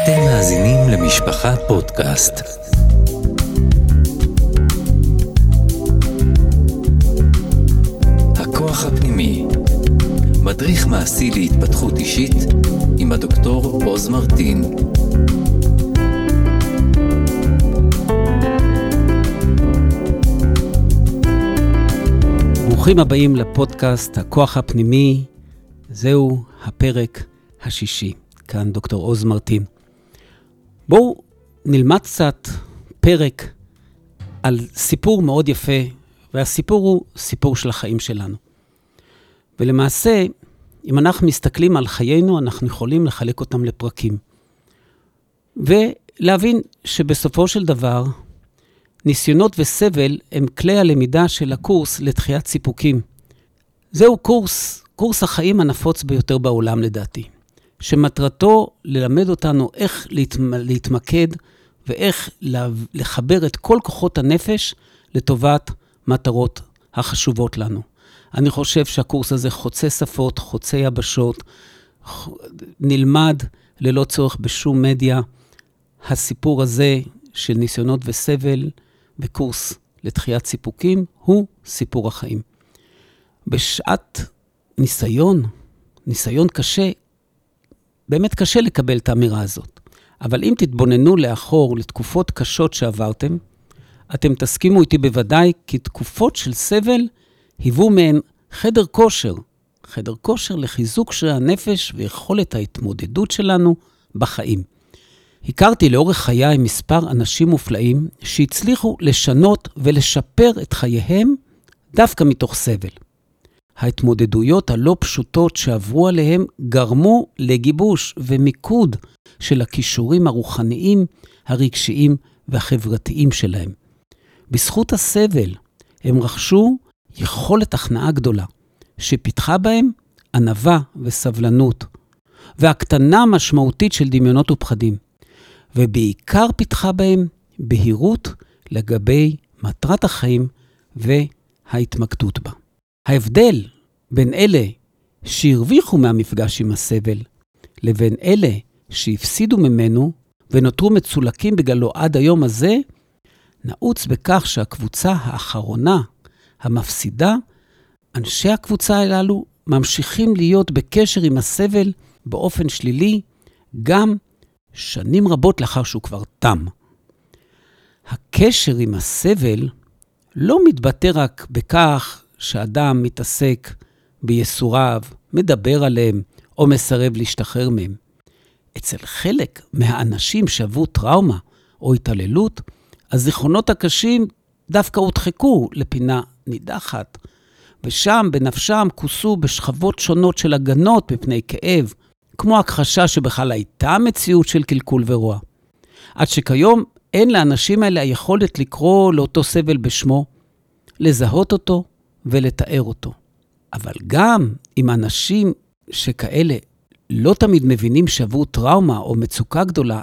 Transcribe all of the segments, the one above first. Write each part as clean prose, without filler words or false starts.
אתם מאזינים למשפחה פודקאסט. הכוח הפנימי, מדריך מעשי להתפתחות אישית עם הדוקטור עוז מרטין. ברוכים הבאים לפודקאסט הכוח הפנימי, זהו הפרק השישי. כאן דוקטור עוז מרטין. בואו נלמד קצת פרק על סיפור מאוד יפה, והסיפור הוא סיפור של החיים שלנו. ולמעשה, אם אנחנו מסתכלים על חיינו, אנחנו יכולים לחלק אותם לפרקים. ולהבין שבסופו של דבר, ניסיונות וסבל הם כלי הלמידה של הקורס לתחיית סיפוקים. זהו קורס החיים הנפוץ ביותר בעולם לדעתי. שמטרתו ללמד אותנו איך להתמקד ואיך לחבר את כל כוחות הנפש לטובת מטרות החשובות לנו. אני חושב שהקורס הזה חוצה שפות, חוצה יבשות, נלמד ללא צורך בשום מדיה. הסיפור הזה של ניסיונות וסבל בקורס לתחיית סיפוקים הוא סיפור החיים. בשעת ניסיון קשה, באמת קשה לקבל את האמירה הזאת. אבל אם תתבוננו לאחור לתקופות קשות שעברתם, אתם תסכימו איתי בוודאי כי תקופות של סבל היוו מהן חדר כושר לחיזוק שרי הנפש ויכולת ההתמודדות שלנו בחיים. הכרתי לאורך חיי מספר אנשים מופלאים שהצליחו לשנות ולשפר את חייהם דווקא מתוך סבל. ההתמודדויות הלא פשוטות שעברו עליהם גרמו לגיבוש ומיקוד של הכישורים הרוחניים, הרגשיים והחברתיים שלהם. בזכות הסבל הם רכשו יכולת הכנעה גדולה, שפיתחה בהם ענווה וסבלנות, והקטנה משמעותית של דמיונות ופחדים, ובעיקר פיתחה בהם בהירות לגבי מטרת החיים וההתמקדות בה. ההבדל בין אלה שהרוויחו מהמפגש עם הסבל, לבין אלה שהפסידו ממנו ונותרו מצולקים בגללו עד היום הזה, נעוץ בכך שהקבוצה האחרונה, המפסידה, אנשי הקבוצה הללו ממשיכים להיות בקשר עם הסבל באופן שלילי, גם שנים רבות לאחר שהוא כבר תם. הקשר עם הסבל לא מתבטא רק בכך שאדם מתעסק ביסוריו, מדבר עליהם או מסרב להשתחרר מהם. אצל חלק מהאנשים שעברו טראומה או התעללות, הזיכרונות הקשים דווקא הודחקו לפינה נידחת, ושם בנפשם כוסו בשכבות שונות של הגנות מפני כאב, כמו הכחשה שבכלל הייתה מציאות של קלקול ורוע. עד שכיום אין לאנשים האלה היכולת לקרוא לאותו סבל בשמו, לזהות אותו ולתאר אותו. אבל גם אם אנשים שכאלה לא תמיד מבינים שעברו טראומה או מצוקה גדולה,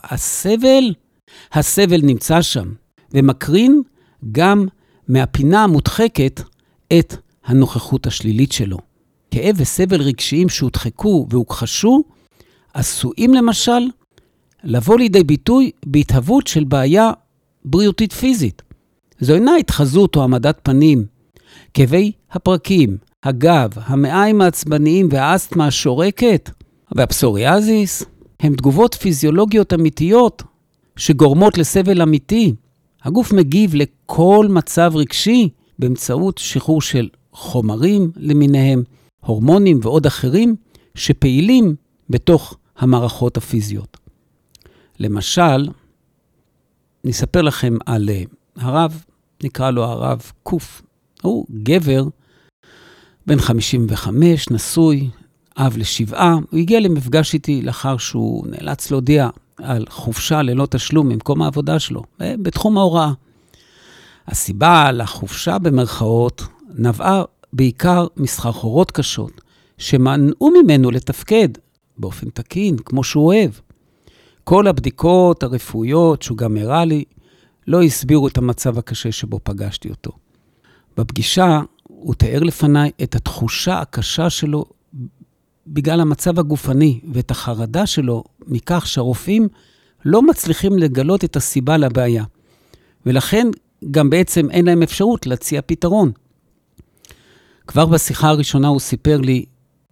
הסבל נמצא שם, ומקרין גם מהפינה המודחקת את הנוכחות השלילית שלו. כאב וסבל רגשיים שהודחקו והוכחשו, עשויים למשל לבוא לידי ביטוי בהתהוות של בעיה בריאותית פיזית. זו אינה התחזות או העמדת פנים. כאבי הפרקים, הגב, המעיים העצבניים והאסתמה השורקת והפסוריאזיס הם תגובות פיזיולוגיות אמיתיות שגורמות לסבל אמיתי. הגוף מגיב לכל מצב רגשי באמצעות שחרור של חומרים למיניהם, הורמונים ועוד אחרים שפעילים בתוך המערכות הפיזיות. למשל, נספר לכם על הרב, נקרא לו הרב קוף. הוא גבר בן 55, נשוי, אב לשבעה. הוא הגיע למפגש איתי לאחר שהוא נאלץ להודיע על חופשה ללא תשלום ממקום העבודה שלו, בתחום ההוראה. הסיבה לחופשה במרכאות נבעה בעיקר מסחרחורות קשות, שמנעו ממנו לתפקד באופן תקין, כמו שהוא אוהב. כל הבדיקות הרפואיות שהוא גם הראה לי, לא הסבירו את המצב הקשה שבו פגשתי אותו. בפגישה הוא תיאר לפניי את התחושה הקשה שלו בגלל המצב הגופני ואת החרדה שלו מכך שהרופאים לא מצליחים לגלות את הסיבה לבעיה. ולכן גם בעצם אין להם אפשרות להציע פתרון. כבר בשיחה הראשונה הוא סיפר לי,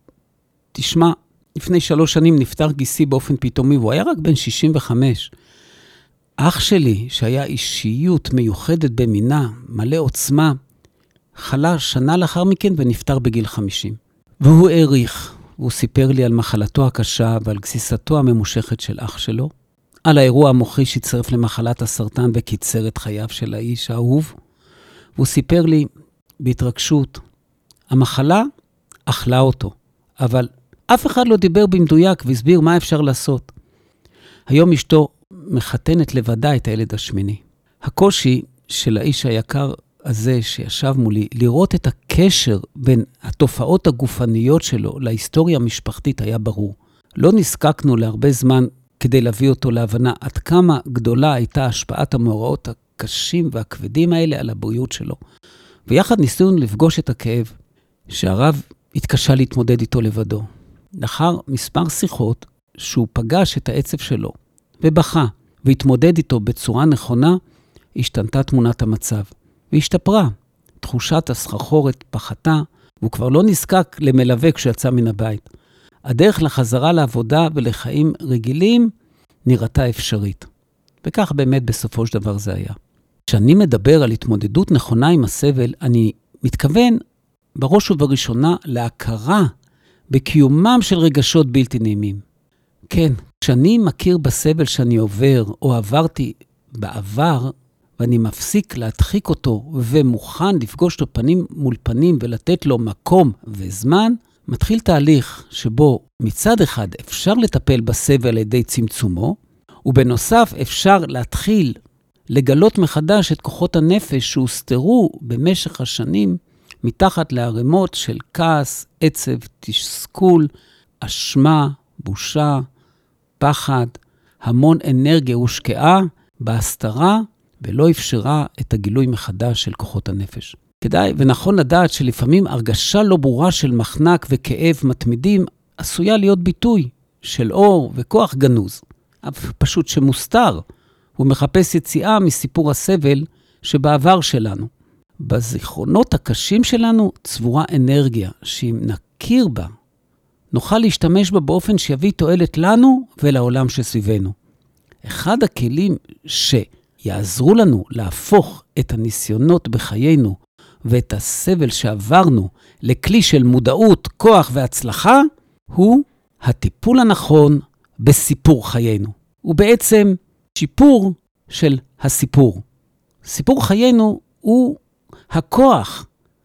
תשמע, לפני 3 שנים נפטר גיסי באופן פתאומי, והוא היה רק בן 65. אח שלי, שהיה אישיות מיוחדת במינה, מלא עוצמה, חלה שנה לאחר מכן ונפטר בגיל 50. והוא העריך, הוא סיפר לי על מחלתו הקשה ועל גסיסתו הממושכת של אח שלו, על האירוע המוחי שהצטרף למחלת הסרטן וקיצר את חייו של האיש האהוב. והוא סיפר לי בהתרגשות, המחלה אכלה אותו, אבל אף אחד לא דיבר במדויק והסביר מה אפשר לעשות. היום אשתו מחתנת לבדה את הילד השמיני. הקושי של האיש היקר הזה שישב מולי, לראות את הקשר בין התופעות הגופניות שלו להיסטוריה המשפחתית היה ברור. לא נזקקנו להרבה זמן כדי להביא אותו להבנה עד כמה גדולה הייתה השפעת המאורעות הקשים והכבדים האלה על הבריאות שלו. ויחד ניסינו לפגוש את הכאב, שהרב התקשה להתמודד איתו לבדו. לאחר מספר שיחות שהוא פגש את העצב שלו ובכה והתמודד איתו בצורה נכונה, השתנתה תמונת המצב והשתפרה. תחושת הסחרחורת פחתה, והוא כבר לא נזקק למלווה כשיצא מן הבית. הדרך לחזרה לעבודה ולחיים רגילים נראתה אפשרית. וכך באמת בסופו של דבר זה היה. כשאני מדבר על התמודדות נכונה עם הסבל, אני מתכוון בראש ובראשונה להכרה בקיומם של רגשות בלתי נעימים. כן, כשאני מכיר בסבל שאני עובר או עברתי בעבר, ואני מפסיק להדחיק אותו ומוכן לפגוש אותו פנים מול פנים ולתת לו מקום וזמן, מתחיל תהליך שבו מצד אחד אפשר לטפל בסבל על ידי צמצומו, ובנוסף אפשר להתחיל לגלות מחדש את כוחות הנפש שהוסתרו במשך השנים מתחת לערימות של כעס, עצב, תסכול, אשמה, בושה, פחד. המון אנרגיה הושקעה בהסתרה ולא אפשרה את הגילוי מחדש של כוחות הנפש. כדאי ונכון לדעת שלפעמים הרגשה לא ברורה של מחנק וכאב מתמידים עשויה להיות ביטוי של אור וכוח גנוז, פשוט שמוסתר. הוא מחפש יציאה מסיפור הסבל שבעבר שלנו. בזיכרונות הקשים שלנו צבורה אנרגיה, שאם נכיר בה, נוכל להשתמש בה באופן שיביא תועלת לנו ולעולם שסביבנו. אחד הכלים שיעזרו לנו להפוך את הניסיונות בחיינו ואת הסבל שעברנו לכלי של מודעות, כוח והצלחה, הוא הטיפול הנכון בסיפור חיינו. הוא בעצם שיפור של הסיפור. סיפור חיינו הוא הכוח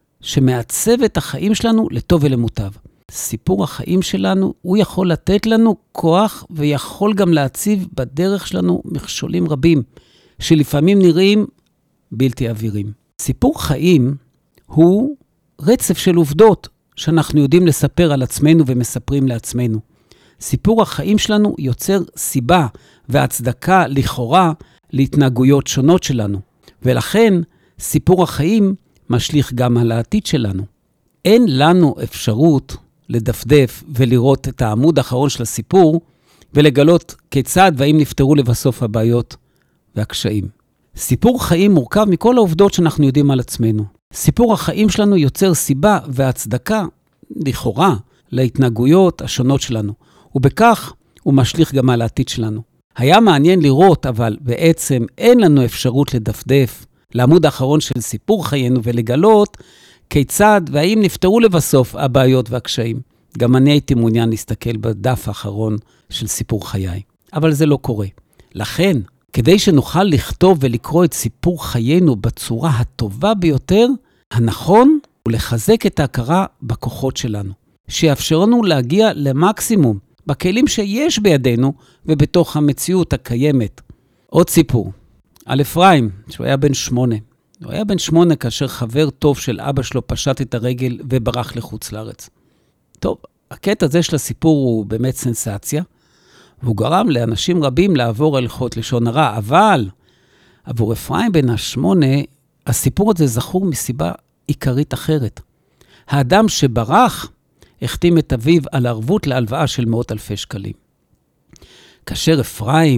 שמעצב את החיים שלנו לטוב ולמוטב. סיפור החיים שלנו הוא יכול לתת לנו כוח ויכול גם להציב בדרך שלנו מכשולים רבים שלפעמים נראים בלתי עבירים. סיפור חיים הוא רצף של עובדות שאנחנו יודעים לספר על עצמנו ומספרים לעצמנו. סיפור החיים שלנו יוצר סיבה והצדקה לכאורה להתנהגויות שונות שלנו. ולכן סיפור החיים משליך גם על העתיד שלנו. אין לנו אפשרות לדפדף ולראות את העמוד האחרון של הסיפור ולגלות כיצד והאם נפתרו לבסוף הבעיות והקשיים. סיפור חיים מורכב מכל העובדות שאנחנו יודעים על עצמנו. סיפור החיים שלנו יוצר סיבה והצדקה לכאורה להתנהגויות השונות שלנו. ובכך הוא משליך גם על העתיד שלנו. היה מעניין לראות, אבל בעצם אין לנו אפשרות לדפדף לעמוד האחרון של סיפור חיינו ולגלות כיצד והאם נפתרו לבסוף הבעיות והקשיים. גם אני הייתי מעוניין להסתכל בדף האחרון של סיפור חיי. אבל זה לא קורה. לכן, כדי שנוכל לכתוב ולקרוא את סיפור חיינו בצורה הטובה ביותר, הנכון הוא לחזק את ההכרה בכוחות שלנו, שיאפשרנו להגיע למקסימום בכלים שיש בידינו ובתוך המציאות הקיימת. עוד סיפור, על אפרים, שהוא היה בן 8. הוא היה בן 8 כאשר חבר טוב של אבא שלו פשט את הרגל וברח לחוץ לארץ. טוב, הקטע הזה של הסיפור הוא באמת סנסציה, והוא גרם לאנשים רבים לעבור הלכות לשון הרע, אבל עבור אפרים בן 8, הסיפור הזה זכור מסיבה עיקרית אחרת. האדם שברח החתים את אביו על ערבות להלוואה של 100,000 שקלים. כאשר אפרים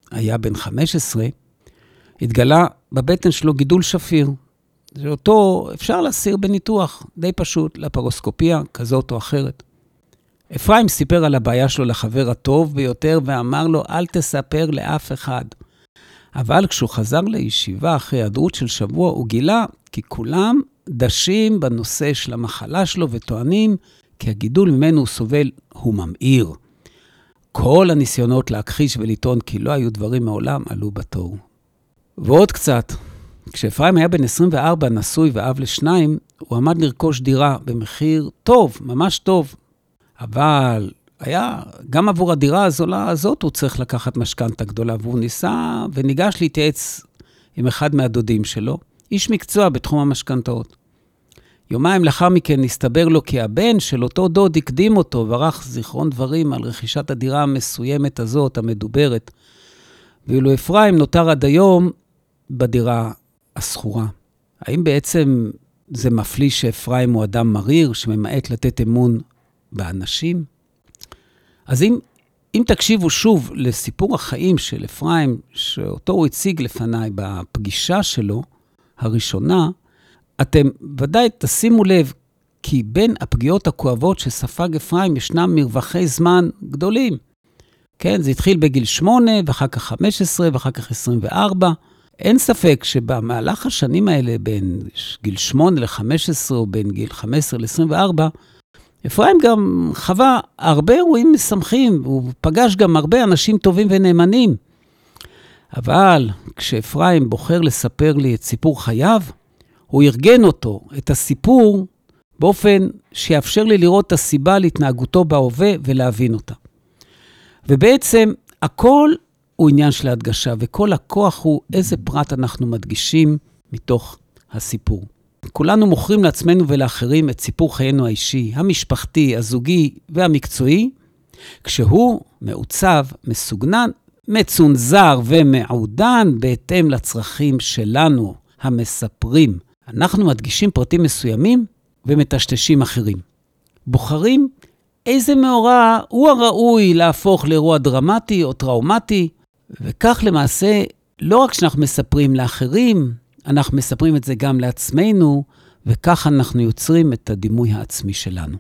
היה בן 15, התגלה בבטן שלו גידול שפיר. שאותו אפשר להסיר בניתוח, די פשוט, לפרוסקופיה כזאת או אחרת. אפרים סיפר על הבעיה שלו לחבר הטוב ביותר, ואמר לו, אל תספר לאף אחד. אבל כשהוא חזר לישיבה אחרי היעדרות של שבוע, הוא גילה כי כולם דשים בנושא של המחלה שלו וטוענים כי הגידול ממנו הוא סובל הוא ממאיר. כל הניסיונות להכחיש ולטעון כי לא היו דברים מעולם עלו בתוהו. ועוד קצת, כשאפרים היה בן 24, נשוי ואב לשניים, הוא עמד לרכוש דירה במחיר טוב, ממש טוב. אבל היה, גם עבור הדירה הזולה הזאת הוא צריך לקחת משכנתה גדולה, והוא ניסה וניגש להתייעץ עם אחד מהדודים שלו, איש מקצוע בתחום המשכנתאות. יומיים לאחר מכן הסתבר לו כי הבן של אותו דוד הקדים אותו, וערך זיכרון דברים על רכישת הדירה המסוימת הזאת, המדוברת. ואילו אפרים נותר עד היום בדירה הסחורה. האם בעצם זה מפליא שאפרים הוא אדם מריר, שממעט לתת אמון באנשים? אז אם תקשיבו שוב לסיפור החיים של אפרים, שאותו הוא הציג לפניי בפגישה שלו הראשונה, אתם ודאי תשימו לב, כי בין הפגיעות הכואבות שספג אפרים ישנם מרווחי זמן גדולים. כן, זה התחיל בגיל 8, ואחר כך 15, ואחר כך 24. אין ספק שבמהלך השנים האלה, בין גיל 8 ל-15, או בין גיל 15 ל-24, אפרים גם חווה הרבה אירועים משמחים, הוא פגש גם הרבה אנשים טובים ונאמנים. אבל כשאפרים בוחר לספר לי את סיפור חייו, הוא ארגן אותו, את הסיפור, באופן שיאפשר לי לראות את הסיבה להתנהגותו בהווה ולהבין אותה. ובעצם הכל הוא עניין של ההדגשה, וכל הכוח הוא איזה פרט אנחנו מדגישים מתוך הסיפור. כולנו מוכרים לעצמנו ולאחרים את סיפור חיינו האישי, המשפחתי, הזוגי והמקצועי, כשהוא מעוצב, מסוגנן, מצונזר ומעודן בהתאם לצרכים שלנו, המספרים. אנחנו מדגישים פרטים מסוימים ומטשטשים אחרים. בוחרים איזה מאורע הוא הראוי להפוך לאירוע דרמטי או טראומטי, וכך למעשה לא רק שאנחנו מספרים לאחרים, אנחנו מספרים את זה גם לעצמנו, וכך אנחנו יוצרים את הדימוי העצמי שלנו.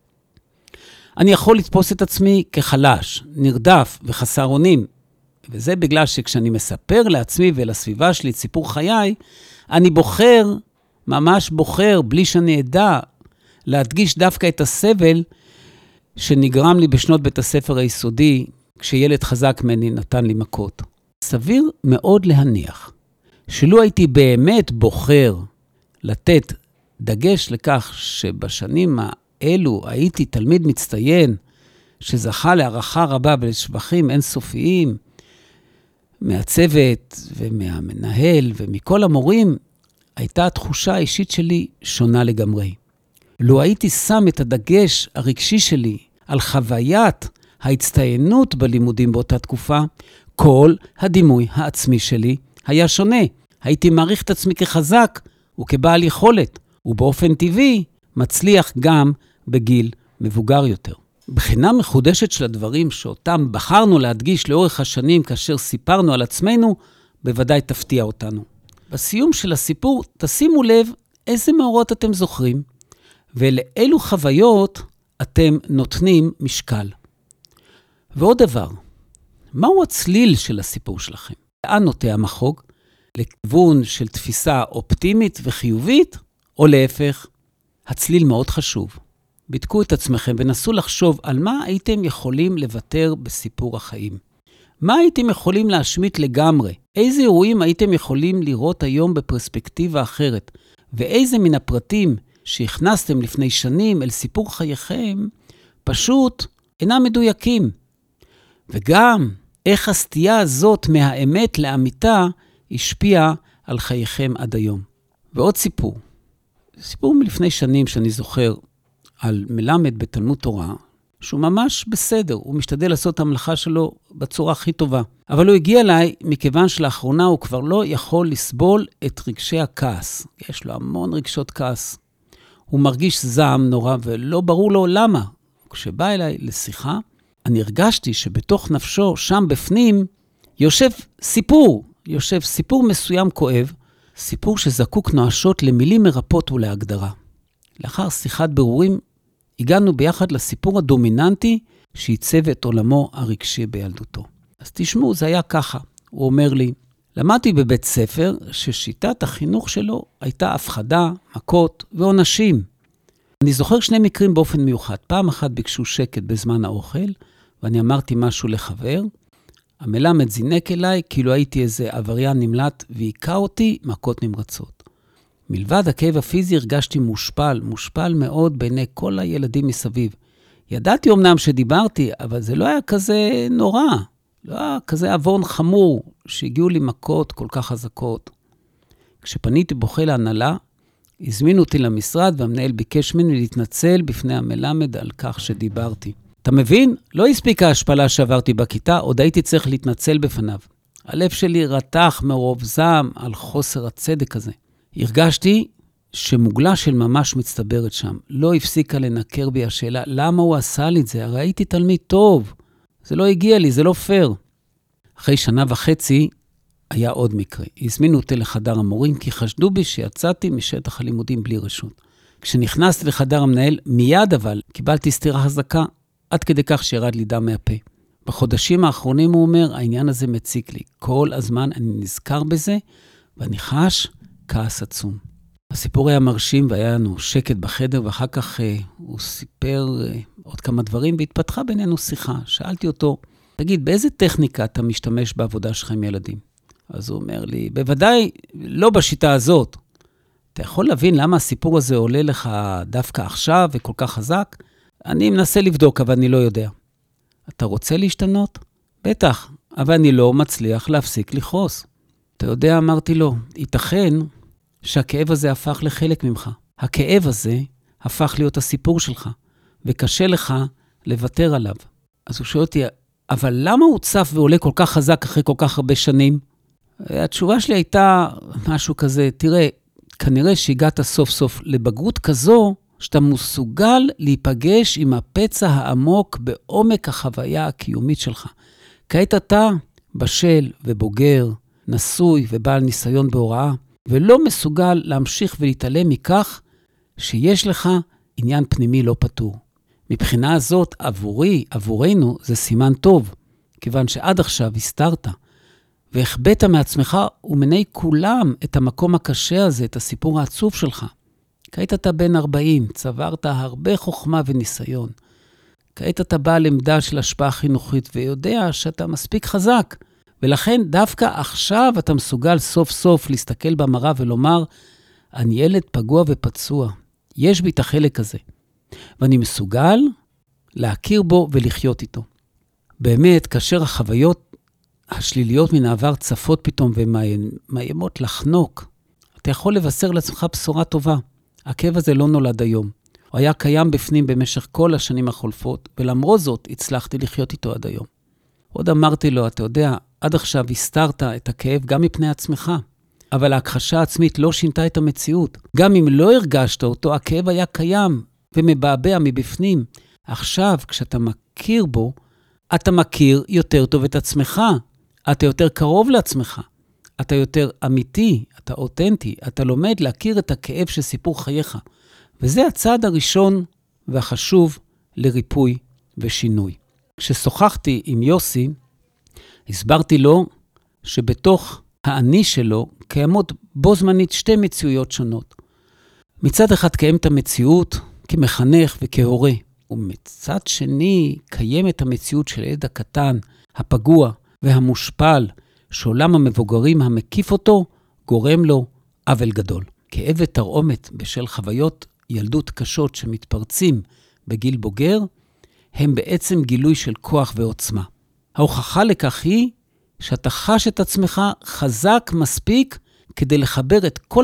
אני יכול לתפוס את עצמי כחלש, נרדף וחסר אונים, וזה בגלל שכשאני מספר לעצמי ולסביבה שלי את סיפור חיי, אני בוחר, ממש בוחר, בלי שאני אדע, להדגיש דווקא את הסבל שנגרם לי בשנות בית הספר היסודי, כשילד חזק ממני נתן לי מכות. סביר מאוד להניח, שלא הייתי באמת בוחר לתת דגש לכך שבשנים האלו הייתי תלמיד מצטיין, שזכה להערכה רבה ולשבחים אינסופיים, מהצוות ומהמנהל ומכל המורים, הייתה התחושה האישית שלי שונה לגמרי. לו הייתי שם את הדגש הרגשי שלי על חוויית ההצטיינות בלימודים באותה תקופה, כל הדימוי העצמי שלי היה שונה. הייתי מעריך את עצמי כחזק וכבעל יכולת, ובאופן טבעי מצליח גם בגיל מבוגר יותר. בחינה מחודשת של הדברים שאותם בחרנו להדגיש לאורך השנים כאשר סיפרנו על עצמנו, בוודאי תפתיע אותנו. בסיום של הסיפור תשימו לב איזה מאורות אתם זוכרים, ולאילו חוויות אתם נותנים משקל. ועוד דבר, מהו הצליל של הסיפור שלכם? לאן נוטה המחוג? לכיוון של תפיסה אופטימית וחיובית, או להפך? הצליל מאוד חשוב. בדקו את עצמכם ונסו לחשוב על מה הייתם יכולים לוותר בסיפור החיים. מה הייתם יכולים להשמיט לגמרי? איזה אירועים הייתם יכולים לראות היום בפרספקטיבה אחרת? ואיזה מן הפרטים שהכנסתם לפני שנים אל סיפור חייכם פשוט אינם מדויקים? וגם איך הסטייה הזאת מהאמת לאמיתה השפיעה על חייכם עד היום. ועוד סיפור מלפני שנים שאני זוכר על מלמד בתלמוד תורה, שהוא ממש בסדר, הוא משתדל לעשות את המלאכה שלו בצורה הכי טובה. אבל הוא הגיע אליי מכיוון שלאחרונה הוא כבר לא יכול לסבול את רגשי הכעס. יש לו המון רגשות כעס. הוא מרגיש זעם נורא ולא ברור לו למה. כשבא אליי לשיחה, אני הרגשתי שבתוך נפשו, שם בפנים, יושב סיפור מסוים כואב, סיפור שזקוק נואשות למילים מרפות ולהגדרה. לאחר שיחת ברורים, הגענו ביחד לסיפור הדומיננטי שעיצב את עולמו הרגשי בילדותו. אז תשמעו, זה היה ככה. הוא אומר לי, למדתי בבית ספר ששיטת החינוך שלו הייתה הפחדה, מכות ועונשים. אני זוכר שני מקרים באופן מיוחד. פעם אחת ביקשו שקט בזמן האוכל, ואני אמרתי משהו לחבר. המלמד זינק אליי, כאילו הייתי איזה עבריין נמלט, והיכה אותי מכות נמרצות. מלבד הכאב הפיזי הרגשתי מושפל מאוד בעיני כל הילדים מסביב. ידעתי אמנם שדיברתי, אבל זה לא היה כזה נורא. לא היה כזה עוון חמור שהגיעו לי מכות כל כך חזקות. כשפניתי בוכה להנהלה, הזמינו אותי למשרד והמנהל ביקש ממני להתנצל בפני המלמד על כך שדיברתי. אתה מבין? לא הספיקה ההשפלה שעברתי בכיתה, עוד הייתי צריך להתנצל בפניו. הלב שלי רתח מרוב זעם על חוסר הצדק הזה. הרגשתי שמוגלה של ממש מצטברת שם. לא הפסיקה לנקר בי השאלה, למה הוא עשה לי את זה? הרי הייתי תלמיד טוב. זה לא הגיע לי, זה לא פייר. אחרי 1.5 שנה היה עוד מקרה. הזמינו אותי לחדר המורים, כי חשדו בי שיצאתי משטח הלימודים בלי רשות. כשנכנסתי לחדר המנהל, מיד אבל קיבלתי סתירה חזקה, עד כדי כך שירד לי דם מהפה. בחודשים האחרונים הוא אומר, העניין הזה מציק לי. כל הזמן אני נזכר בזה, ואני חש כעס עצום. הסיפור היה מרשים והיה לנו שקט בחדר, ואחר כך הוא סיפר עוד כמה דברים, והתפתחה בינינו שיחה. שאלתי אותו, תגיד, באיזה טכניקה אתה משתמש בעבודה שלך עם ילדים? אז הוא אומר לי, בוודאי לא בשיטה הזאת. אתה יכול להבין למה הסיפור הזה עולה לך דווקא עכשיו וכל כך חזק? אני מנסה לבדוק, אבל אני לא יודע. אתה רוצה להשתנות? בטח, אבל אני לא מצליח להפסיק לכעוס. אתה יודע, אמרתי לו, ייתכן שהכאב הזה הפך לחלק ממך. הכאב הזה הפך להיות הסיפור שלך, וקשה לך לוותר עליו. אז הוא שואל אותי, אבל למה הוא צף ועולה כל כך חזק אחרי כל כך הרבה שנים? התשובה שלי הייתה משהו כזה, תראה, כנראה שהגעת סוף סוף לבגרות כזו, שאתה מסוגל להיפגש עם הפצע העמוק בעומק החוויה הקיומית שלך. כעת אתה בשל ובוגר, נשוי ובעל ניסיון בהוראה, ולא מסוגל להמשיך ולהתעלם מכך שיש לך עניין פנימי לא פתור. מבחינה הזאת, עבורנו, זה סימן טוב, כיוון שעד עכשיו הסתרת, והחבאת מעצמך ומני כולם את המקום הקשה הזה, את הסיפור העצוב שלך. כעת אתה בן 40, צברת הרבה חוכמה וניסיון. כעת אתה בא לעמדה של השפעה חינוכית, ויודע שאתה מספיק חזק, ולכן דווקא עכשיו אתה מסוגל סוף סוף להסתכל במראה ולומר, אני ילד פגוע ופצוע, יש בי את החלק הזה, ואני מסוגל להכיר בו ולחיות איתו. באמת, כאשר החוויות השליליות מן העבר צפות פתאום ומאיימות לחנוק, אתה יכול לבשר לעצמך בשורה טובה. הכאב הזה לא נולד היום. הוא היה קיים בפנים במשך כל השנים החולפות, ולמרות זאת הצלחתי לחיות איתו עד היום. עוד אמרתי לו, אתה יודע, עד עכשיו הסתרת את הכאב גם מפני עצמך, אבל ההכחשה העצמית לא שינתה את המציאות. גם אם לא הרגשת אותו, הכאב היה קיים ומבעבע מבפנים. עכשיו, כשאתה מכיר בו, אתה מכיר יותר טוב את עצמך. אתה יותר קרוב לעצמך. אתה יותר אמיתי, אתה אותנטי. אתה לומד להכיר את הכאב של סיפור חייך. וזה הצעד הראשון והחשוב לריפוי ושינוי. כששוחחתי עם יוסי, הסברתי לו שבתוך האני שלו קיימות בו זמנית שתי מציאויות שונות. מצד אחד קיימת המציאות כמחנך וכהורה, ומצד שני קיימת המציאות של הילד הקטן, הפגוע והמושפל, שעולם המבוגרים המקיף אותו גורם לו עוול גדול. כאב ותרעומת בשל חוויות ילדות קשות שמתפרצים בגיל בוגר, הם בעצם גילוי של כוח ועוצמה. ההוכחה לכך היא שאתה חש את עצמך חזק מספיק כדי לחבר את כל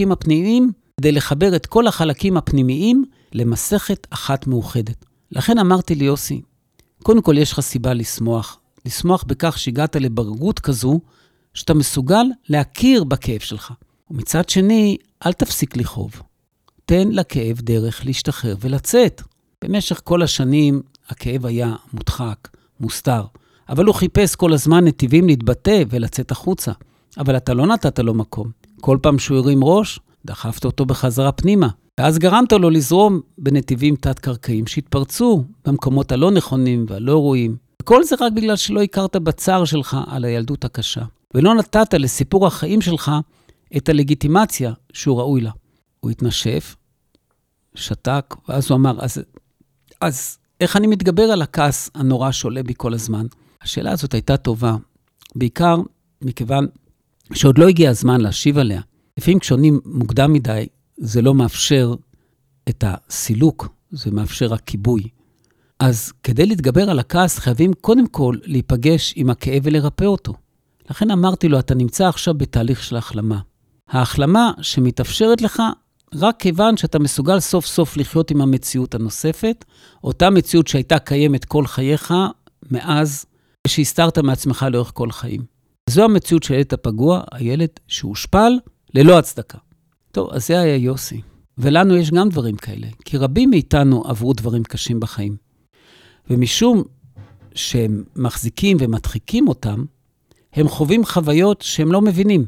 החלקים הפנימיים, למסכת אחת מאוחדת. לכן אמרתי לי, יוסי, קודם כל יש לך סיבה לשמוח בכך שהגעת לבגרות כזו, שאתה מסוגל להכיר בכאב שלך. ומצד שני, אל תפסיק לכאוב. תן לכאב דרך להשתחרר ולצאת. במשך כל השנים הכאב היה מודחק, מוסתר. אבל הוא חיפש כל הזמן נתיבים להתבטא ולצאת החוצה. אבל אתה לא נתת לו מקום. כל פעם שהוא הרים ראש, דחפת אותו בחזרה פנימה. ואז גרמת לו לזרום בנתיבים תת-קרקעיים שהתפרצו במקומות הלא נכונים והלא ראויים. כל זה רק בגלל שלא הכרת בצער שלך על הילדות הקשה. ולא נתת לסיפור החיים שלך את הלגיטימציה שהוא ראוי לה. הוא התנשף, שתק, ואז הוא אמר, אז איך אני מתגבר על הכעס הנורא שעולה בי כל הזמן? השאלה הזאת הייתה טובה, בעיקר מכיוון שעוד לא הגיע הזמן להשיב עליה. לפעמים כשעונים מוקדם מדי, זה לא מאפשר את הסילוק, זה מאפשר רק כיבוי. אז כדי להתגבר על הכעס, חייבים קודם כל להיפגש עם הכאב ולרפא אותו. לכן אמרתי לו, אתה נמצא עכשיו בתהליך של החלמה. ההחלמה שמתאפשרת לך, רק כיוון שאתה מסוגל סוף סוף לחיות עם המציאות הנוספת, אותה מציאות שהייתה קיימת כל חייך, מאז שהסתרת מעצמך לאורך כל חיים. זו המציאות של הילד הפגוע, הילד שהושפל ללא הצדקה. טוב, אז זה היה יוסי. ולנו יש גם דברים כאלה, כי רבים מאיתנו עברו דברים קשים בחיים. ומשום שהם מחזיקים ומדחיקים אותם, הם חווים חוויות שהם לא מבינים.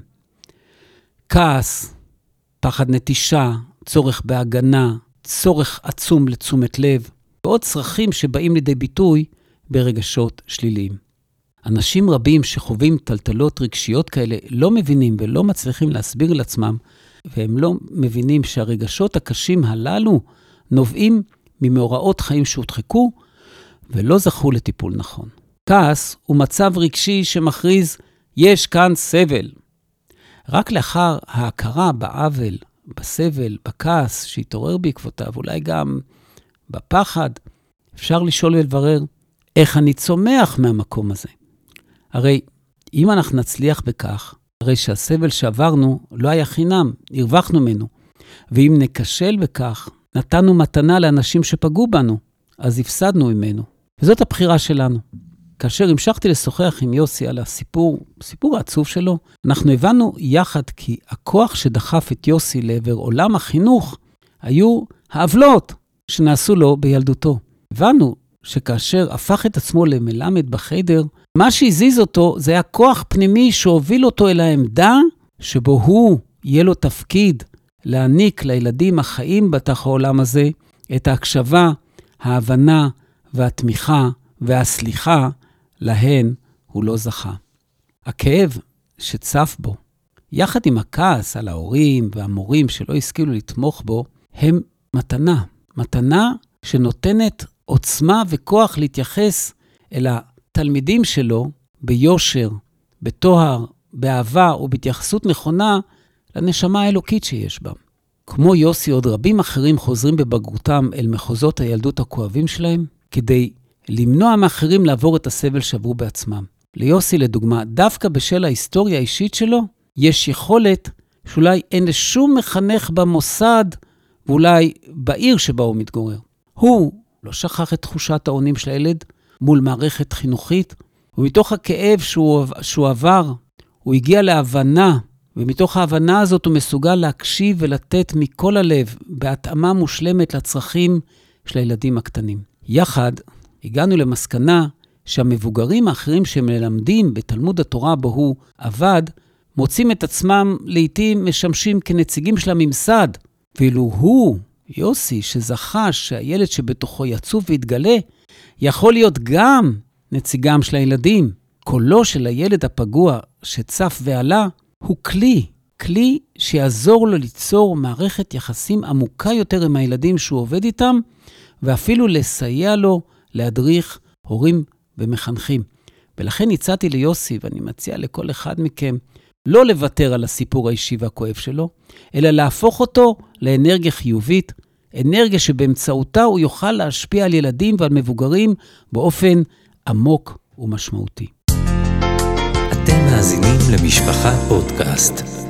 כעס, פחד נטישה, צורך בהגנה, צורך עצום לתשומת לב, ועוד צרכים שבאים לידי ביטוי ברגשות שליליים. אנשים רבים שחווים טלטלות רגשיות כאלה לא מבינים ולא מצליחים להסביר לעצמם, והם לא מבינים שהרגשות הקשים הללו נובעים ממאורעות חיים שהודחקו ולא זכו לטיפול נכון. כעס הוא מצב רגשי שמכריז, יש כאן סבל. רק לאחר ההכרה בעוול, בסבל, בכעס שהתעורר בעקבותיו, אולי גם בפחד, אפשר לשאול ולברר איך אני צומח מהמקום הזה. הרי אם אנחנו נצליח בכך, הרי שהסבל שעברנו לא היה חינם, הרווחנו ממנו. ואם נקשל בכך, נתנו מתנה לאנשים שפגעו בנו, אז הפסדנו ממנו. וזאת הבחירה שלנו. כאשר המשכתי לשוחח עם יוסי על הסיפור העצוב שלו, אנחנו הבנו יחד כי הכוח שדחף את יוסי לעבר עולם החינוך, היו העוולות שנעשו לו בילדותו. הבנו שכאשר הפך את עצמו למלמד בחדר, מה שהזיז אותו זה היה כוח פנימי שהוביל אותו אל העמדה, שבו הוא יהיה לו תפקיד להעניק לילדים החיים בתוך העולם הזה, את ההקשבה, ההבנה והתמיכה והסליחה, להן הוא לא זכה. הכאב שצף בו, יחד עם הכעס על ההורים והמורים שלא השכילו לתמוך בו, הם מתנה שנותנת עוצמה וכוח להתייחס אל התלמידים שלו ביושר, בתואר, באהבה ובהתייחסות נכונה לנשמה האלוקית שיש בה. כמו יוסי, עוד רבים אחרים חוזרים בבגרותם אל מחוזות הילדות הכואבים שלהם, כדי למנוע מאחרים לעבור את הסבל שעברו בעצמם. ליוסי, לדוגמה, דווקא בשל ההיסטוריה האישית שלו, יש יכולת שאולי אין לשום מחנך במוסד, ואולי בעיר שבה הוא מתגורר. הוא לא שכח את תחושת העונים של הילד מול מערכת חינוכית, ומתוך הכאב שהוא עבר, הוא הגיע להבנה, ומתוך ההבנה הזאת הוא מסוגל להקשיב ולתת מכל הלב, בהתאמה מושלמת לצרכים של הילדים הקטנים. יחד, הגענו למסקנה שהמבוגרים האחרים שמלמדים בתלמוד התורה בו הוא עבד, מוצאים את עצמם לעתים משמשים כנציגים של הממסד, ואילו הוא, יוסי, שזכה שהילד שבתוכו יצוף והתגלה, יכול להיות גם נציגם של הילדים. קולו של הילד הפגוע שצף ועלה הוא כלי שיעזור לו ליצור מערכת יחסים עמוקה יותר עם הילדים שהוא עובד איתם, ואפילו לסייע לו להדריך הורים ומחנכים. ולכן הצעתי ליוסי, ואני מציע לכל אחד מכם, לא לוותר על הסיפור האישי והכואב שלו, אלא להפוך אותו לאנרגיה חיובית, אנרגיה שבאמצעותה הוא יוכל להשפיע על ילדים ועל מבוגרים באופן עמוק ומשמעותי. אתם מאזינים למשפחה פודקאסט.